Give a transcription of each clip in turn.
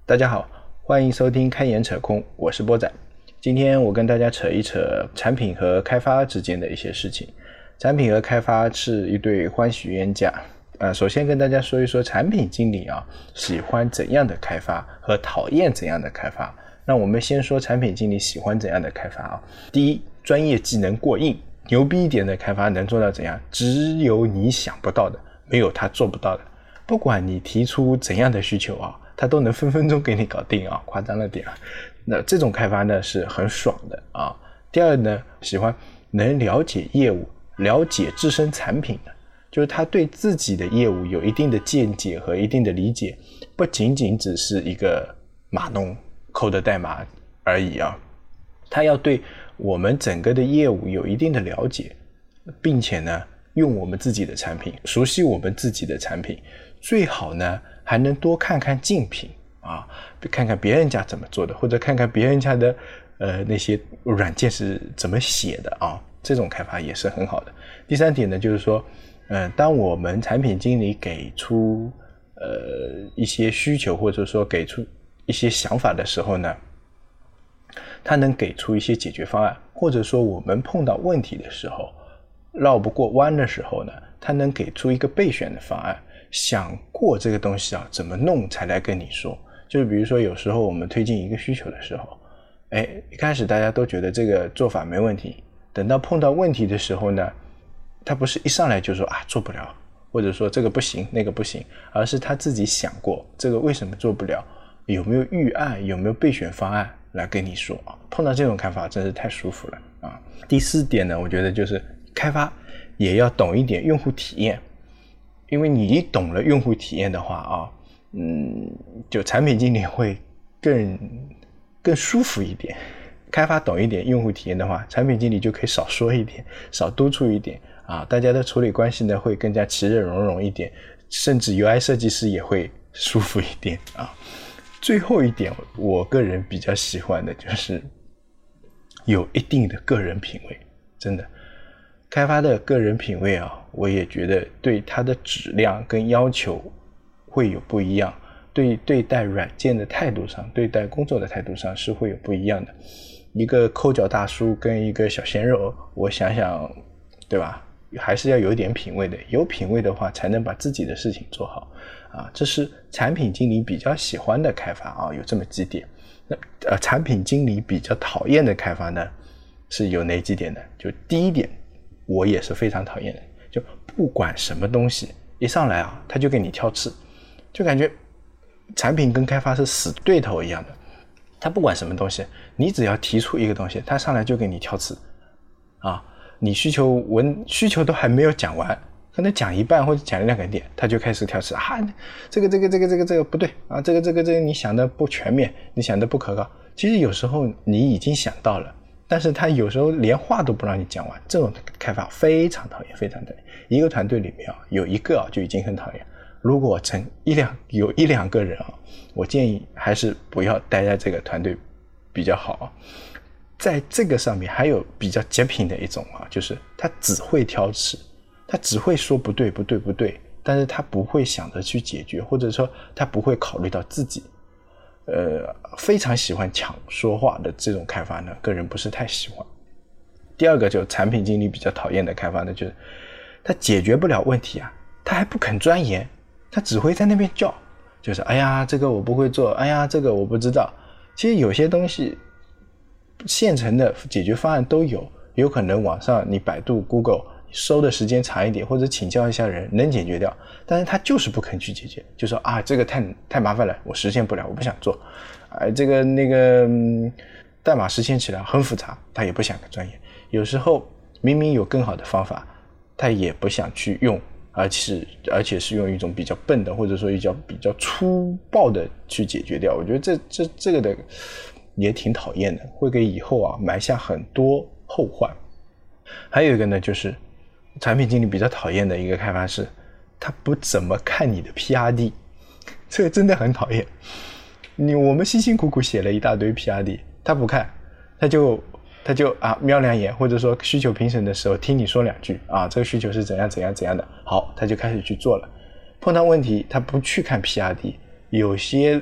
大家好，欢迎收听开眼扯空，我是波仔。今天我跟大家扯一扯产品和开发之间的一些事情。产品和开发是一对欢喜冤家。首先跟大家说一说产品经理喜欢怎样的开发和讨厌怎样的开发。那我们先说产品经理喜欢怎样的开发第一，专业技能过硬，牛逼一点的开发能做到怎样？只有你想不到的，没有他做不到的。不管你提出怎样的需求他都能分分钟给你搞定夸张了点那这种开发呢是很爽的第二呢，喜欢能了解业务，了解自身产品的，就是他对自己的业务有一定的见解和一定的理解，不仅仅只是一个码农扣的代码而已他要对我们整个的业务有一定的了解，并且呢用我们自己的产品，熟悉我们自己的产品，最好呢还能多看看竞品看看别人家怎么做的，或者看看别人家的那些软件是怎么写的这种开发也是很好的。第三点呢，就是说当我们产品经理给出一些需求，或者说给出一些想法的时候呢，他能给出一些解决方案，或者说我们碰到问题的时候，绕不过弯的时候呢，他能给出一个备选的方案，想过这个东西怎么弄才来跟你说。就是比如说有时候我们推进一个需求的时候，一开始大家都觉得这个做法没问题，等到碰到问题的时候呢，他不是一上来就说做不了，或者说这个不行那个不行，而是他自己想过这个为什么做不了，有没有预案，有没有备选方案来跟你说碰到这种开发真是太舒服了第四点呢，我觉得就是开发也要懂一点用户体验，因为你懂了用户体验的话就产品经理会更舒服一点。开发懂一点用户体验的话，产品经理就可以少说一点，少督促一点大家的处理关系呢会更加其乐融融一点，甚至 UI 设计师也会舒服一点最后一点，我个人比较喜欢的就是有一定的个人品味，真的开发的个人品味我也觉得对它的质量跟要求会有不一样，对待软件的态度上，对待工作的态度上是会有不一样的。一个抠脚大叔跟一个小鲜肉，我想想对吧，还是要有点品味的，有品味的话才能把自己的事情做好这是产品经理比较喜欢的开发有这么几点。那产品经理比较讨厌的开发呢是有哪几点呢？就第一点，我也是非常讨厌的，就不管什么东西一上来他就给你挑刺，就感觉产品跟开发是死对头一样的。他不管什么东西，你只要提出一个东西，他上来就给你挑刺你需求都还没有讲完，可能讲一半或者讲2个点，他就开始挑刺这个不对这个你想的不全面，你想的不可靠。其实有时候你已经想到了，但是他有时候连话都不让你讲完，这种开发非常讨厌，非常讨厌。一个团队里面有一个就已经很讨厌，如果有一两个人我建议还是不要待在这个团队比较好在这个上面还有比较极品的一种就是他只会挑刺，他只会说不对，但是他不会想着去解决，或者说他不会考虑到自己非常喜欢抢说话的这种开发呢，个人不是太喜欢。第二个就产品经理比较讨厌的开发呢，就是他解决不了问题他还不肯钻研，他只会在那边叫，就是这个我不会做，这个我不知道。其实有些东西现成的解决方案都有可能网上你百度 Google 收的时间长一点，或者请教一下人能解决掉，但是他就是不肯去解决，就说这个太麻烦了，我实现不了，我不想做这个那个代码实现起来很复杂，他也不想钻研。有时候明明有更好的方法，他也不想去用，而且是用一种比较笨的，或者说比较粗暴的去解决掉。我觉得这个的也挺讨厌的，会给以后埋下很多后患。还有一个呢，就是产品经理比较讨厌的一个开发是他不怎么看你的 PRD， 这个真的很讨厌。我们辛辛苦苦写了一大堆 PRD， 他不看，他就瞄2眼，或者说需求评审的时候听你说2句这个需求是怎样的，好，他就开始去做了。碰到问题他不去看 PRD， 有些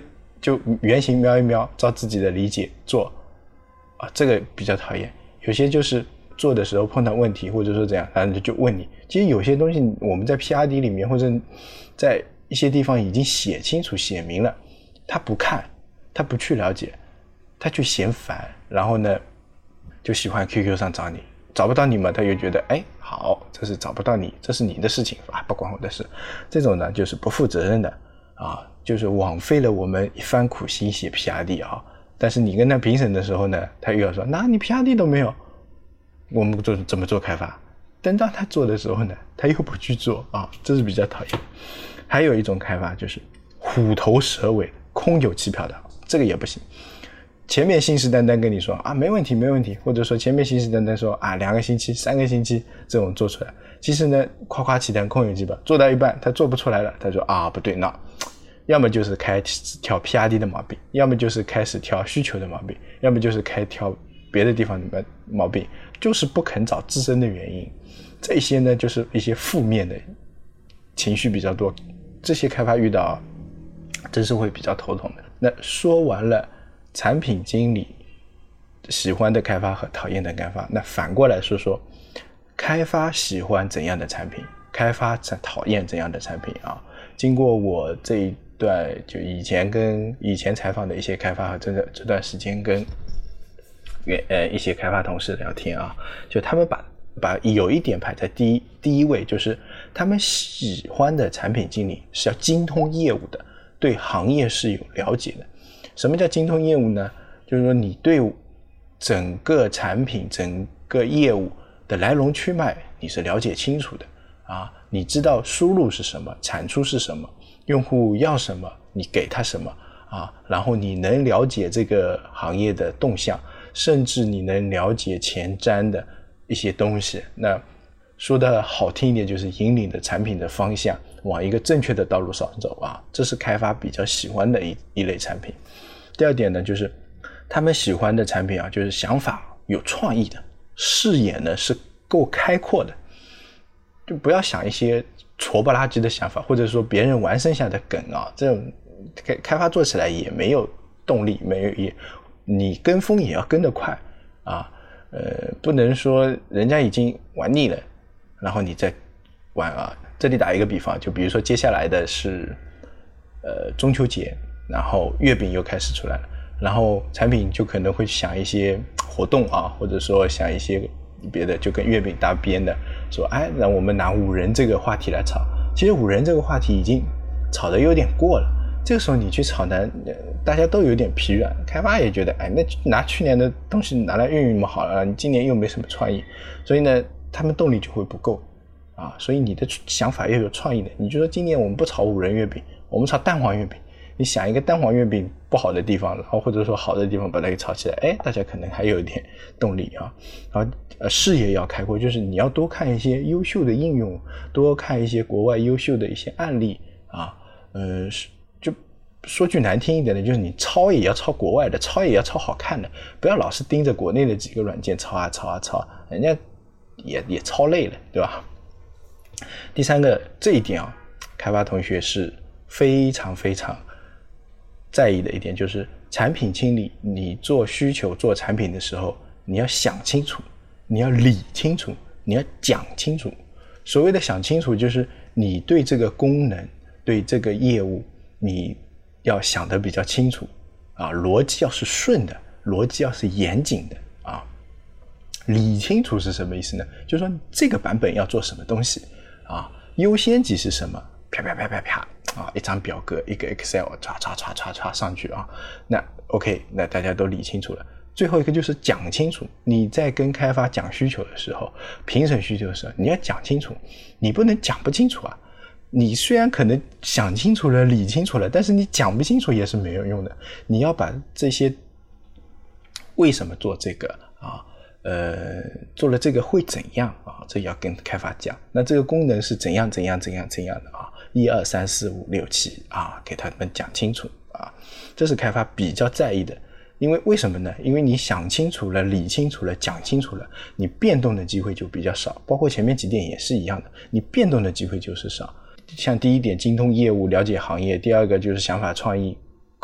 就原型瞄一瞄，照自己的理解做啊，这个比较讨厌。有些就是做的时候碰到问题，或者说怎样，然后就问你。其实有些东西我们在 PRD 里面或者在一些地方已经写清楚写明了，他不看，他不去了解，他就嫌烦，然后呢就喜欢 QQ 上找你，找不到你嘛，他就觉得哎好，这是找不到你，这是你的事情啊，不关我的事。这种呢就是不负责任的啊，就是枉费了我们一番苦心写 PRD 啊。但是你跟他评审的时候呢，他又要说那你 PRD 都没有，我们怎么做开发？等到他做的时候呢，他又不去做啊，这是比较讨厌。还有一种开发就是虎头蛇尾空有其表的，这个也不行。前面信誓旦旦跟你说啊没问题没问题，或者说前面信誓旦旦说啊2个星期3个星期这种做出来，其实呢夸夸其谈空有其表，做到一半他做不出来了，他说啊不对，那要么就是开始挑 PRD 的毛病，要么就是开始挑需求的毛病，要么就是挑别的地方的毛病，就是不肯找自身的原因。这些呢就是一些负面的情绪比较多，这些开发遇到真是会比较头痛的。那说完了产品经理喜欢的开发和讨厌的开发，那反过来说说开发喜欢怎样的产品，开发讨厌怎样的产品啊？经过我这一段就以前采访的一些开发和这段时间跟一些开发同事聊天啊，就他们把有一点排在第一位，就是他们喜欢的产品经理是要精通业务的，对行业是有了解的。什么叫精通业务呢？就是说你对整个产品整个业务的来龙去脉你是了解清楚的啊，你知道输入是什么，产出是什么，用户要什么你给他什么啊，然后你能了解这个行业的动向，甚至你能了解前瞻的一些东西，那说的好听一点就是引领的产品的方向往一个正确的道路上走啊，这是开发比较喜欢的一类产品。第二点呢，就是他们喜欢的产品啊，就是想法有创意的，视野呢是够开阔的，就不要想一些挫不拉几的想法，或者说别人玩剩下的梗啊，这种开发做起来也没有动力，你跟风也要跟得快啊，不能说人家已经玩腻了，然后你再玩啊。这里打一个比方，就比如说接下来的是中秋节，然后月饼又开始出来了，然后产品就可能会想一些活动啊，或者说想一些别的就跟月饼搭边的，说哎，让我们拿五仁这个话题来炒。其实五仁这个话题已经炒得有点过了，这个时候你去炒呢，大家都有点疲软，开发也觉得哎，那拿去年的东西拿来运用好了，你今年又没什么创意，所以呢他们动力就会不够啊。所以你的想法要有创意的，你就说今年我们不炒五仁月饼，我们炒蛋黄月饼，你想一个蛋黄月饼不好的地方，然后或者说好的地方把它给炒起来，哎，大家可能还有一点动力啊。然后视野要开阔，就是你要多看一些优秀的应用，多看一些国外优秀的一些案例啊。就说句难听一点的，就是你抄也要抄国外的，抄也要抄好看的，不要老是盯着国内的几个软件抄啊抄啊抄，人家也抄累了，对吧？第三个，这一点啊，开发同学是非常非常在意的一点，就是产品经理你做需求做产品的时候，你要想清楚，你要理清楚，你要讲清楚。所谓的想清楚，就是你对这个功能对这个业务你要想得比较清楚啊，逻辑要是顺的，逻辑要是严谨的啊。理清楚是什么意思呢？就是说这个版本要做什么东西啊，优先级是什么，啪啪啪啪啪啊，一张表格一个 Excel 唰上去啊。那 OK， 那大家都理清楚了。最后一个就是讲清楚，你在跟开发讲需求的时候，评审需求的时候，你要讲清楚，你不能讲不清楚啊。你虽然可能想清楚了理清楚了，但是你讲不清楚也是没有用的。你要把这些为什么做这个啊，做了这个会怎样啊，这要跟开发讲。那这个功能是怎样的啊，1 2 3 4 5 6 7啊，给他们讲清楚啊，这是开发比较在意的。因为什么呢？因为你想清楚了理清楚了讲清楚了，你变动的机会就比较少，包括前面几点也是一样的，你变动的机会就是少。像第一点精通业务了解行业，第二个就是想法创意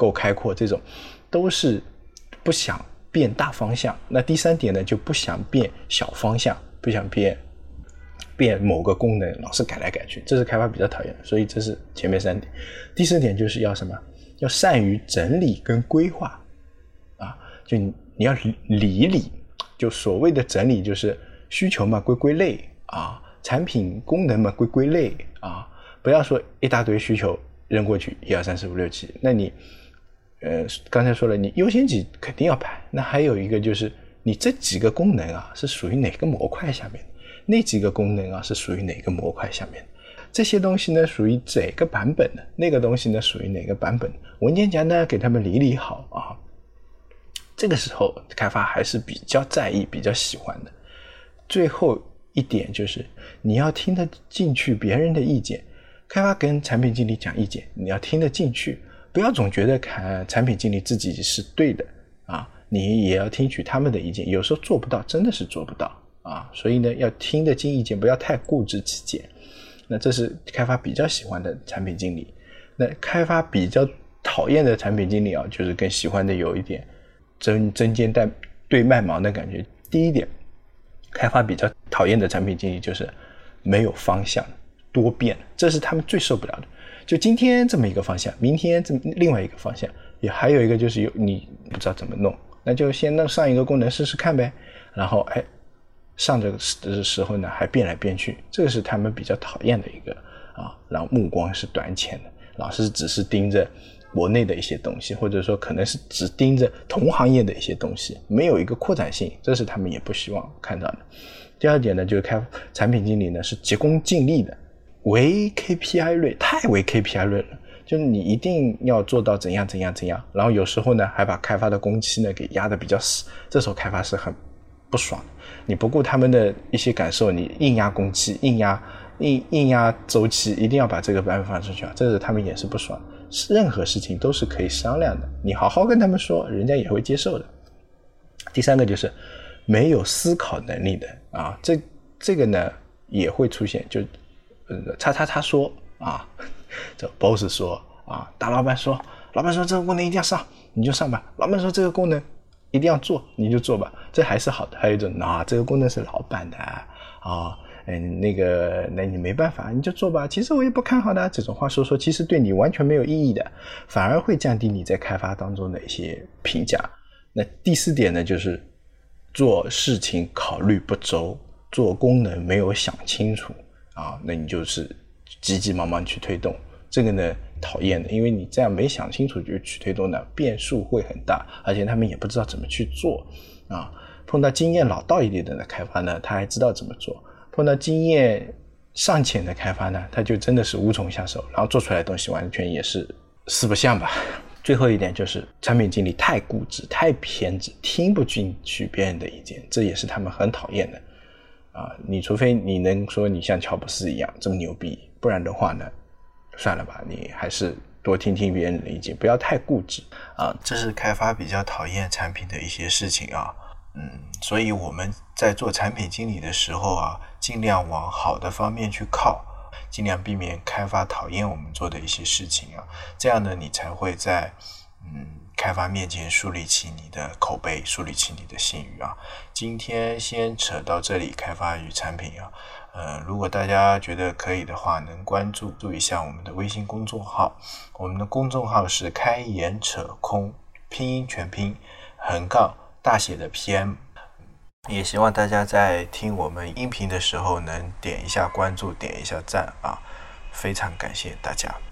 够开阔，这种都是不想变大方向。那第三点呢，就不想变小方向，不想变某个功能老是改来改去，这是开发比较讨厌的。所以这是前面3点。第4点就是要什么？要善于整理跟规划啊，就你要理，就所谓的整理就是需求嘛归类啊，产品功能嘛归类啊，不要说一大堆需求扔过去1 2 3 4 5 6 7，那你刚才说了，你优先级肯定要排。那还有一个就是你这几个功能啊是属于哪个模块下面的，那几个功能啊是属于哪个模块下面的，这些东西呢属于哪个版本的，那个东西呢属于哪个版本的，文件夹呢给他们理好啊。这个时候开发还是比较在意比较喜欢的。最后一点就是你要听得进去别人的意见，开发跟产品经理讲意见你要听得进去，不要总觉得产品经理自己是对的啊，你也要听取他们的意见，有时候做不到真的是做不到啊，所以呢要听得进意见，不要太固执己见。那这是开发比较喜欢的产品经理。那开发比较讨厌的产品经理啊，就是跟喜欢的有一点针尖对麦芒的感觉。第一点，开发比较讨厌的产品经理就是没有方向，多变，这是他们最受不了的。就今天这么一个方向，明天这么另外一个方向，也还有一个就是你不知道怎么弄，那就先上一个功能试试看呗，然后上这个时候呢还变来变去，这个是他们比较讨厌的一个啊，然后目光是短浅的，老是只是盯着国内的一些东西，或者说可能是只盯着同行业的一些东西，没有一个扩展性，这是他们也不希望看到的。第二点呢，就是产品经理呢是急功近利的，唯 KPI 论，太唯 KPI 论了，就是你一定要做到怎样，然后有时候呢还把开发的工期呢给压得比较死，这时候开发是很不爽的。你不顾他们的一些感受，你硬压工期，硬压周期，一定要把这个版本放出去，这是他们也是不爽的。任何事情都是可以商量的，你好好跟他们说，人家也会接受的。第三个就是没有思考能力的啊，这个呢也会出现，就叉叉叉说啊，这 boss 说啊，大老板说，老板说这个功能一定要上，你就上吧；老板说这个功能一定要做，你就做吧，这还是好的。还有一种这个功能是老板的啊。那你没办法，你就做吧，其实我也不看好的，这种话说其实对你完全没有意义的，反而会降低你在开发当中的一些评价。那第4点呢，就是做事情考虑不周，做功能没有想清楚啊，那你就是急急忙忙去推动，这个呢讨厌的，因为你这样没想清楚就去推动呢，变数会很大，而且他们也不知道怎么去做啊。碰到经验老道一点的开发呢，他还知道怎么做。碰到经验尚浅的开发呢，他就真的是无从下手，然后做出来的东西完全也是四不像吧。最后一点就是产品经理太固执太偏执，听不进去别人的意见，这也是他们很讨厌的啊。你除非你能说你像乔布斯一样这么牛逼，不然的话呢算了吧，你还是多听听别人的意见，不要太固执啊。这是开发比较讨厌产品的一些事情啊。所以我们在做产品经理的时候啊，尽量往好的方面去靠，尽量避免开发讨厌我们做的一些事情啊，这样呢你才会在开发面前树立起你的口碑，树立起你的信誉啊。今天先扯到这里，开发与产品啊，如果大家觉得可以的话，能关注一下我们的微信公众号，我们的公众号是开眼扯空，拼音全拼横杠大写的 PM， 也希望大家在听我们音频的时候能点一下关注，点一下赞啊，非常感谢大家。